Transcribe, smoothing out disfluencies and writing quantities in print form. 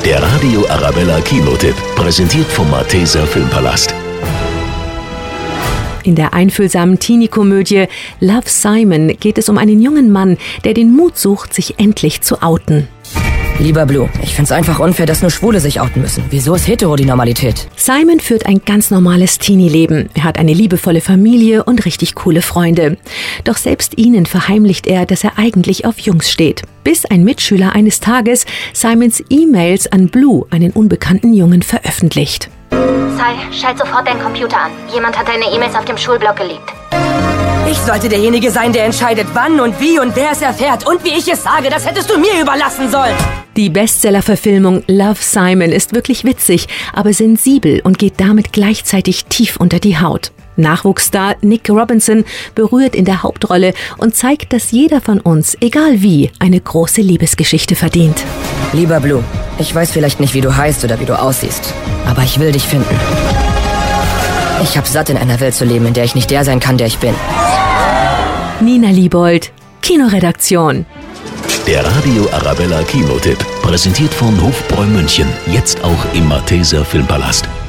Der Radio Arabella Kinotipp, präsentiert vom Malteser Filmpalast. In der einfühlsamen Teenie-Komödie Love, Simon geht es um einen jungen Mann, der den Mut sucht, sich endlich zu outen. Lieber Blue, ich find's einfach unfair, dass nur Schwule sich outen müssen. Wieso ist hetero die Normalität? Simon führt ein ganz normales Teenie-Leben. Er hat eine liebevolle Familie und richtig coole Freunde. Doch selbst ihnen verheimlicht er, dass er eigentlich auf Jungs steht. Bis ein Mitschüler eines Tages Simons E-Mails an Blue, einen unbekannten Jungen, veröffentlicht. Sai, schalt sofort deinen Computer an. Jemand hat deine E-Mails auf dem Schulblock geleakt. Ich sollte derjenige sein, der entscheidet, wann und wie und wer es erfährt und wie ich es sage. Das hättest du mir überlassen sollen. Die Bestseller-Verfilmung Love, Simon ist wirklich witzig, aber sensibel und geht damit gleichzeitig tief unter die Haut. Nachwuchsstar Nick Robinson berührt in der Hauptrolle und zeigt, dass jeder von uns, egal wie, eine große Liebesgeschichte verdient. Lieber Blue, ich weiß vielleicht nicht, wie du heißt oder wie du aussiehst, aber ich will dich finden. Ich hab satt, in einer Welt zu leben, in der ich nicht der sein kann, der ich bin. Nina Liebold, Kinoredaktion. Der Radio Arabella Kinotipp, präsentiert von Hofbräu München, jetzt auch im Malteser Filmpalast.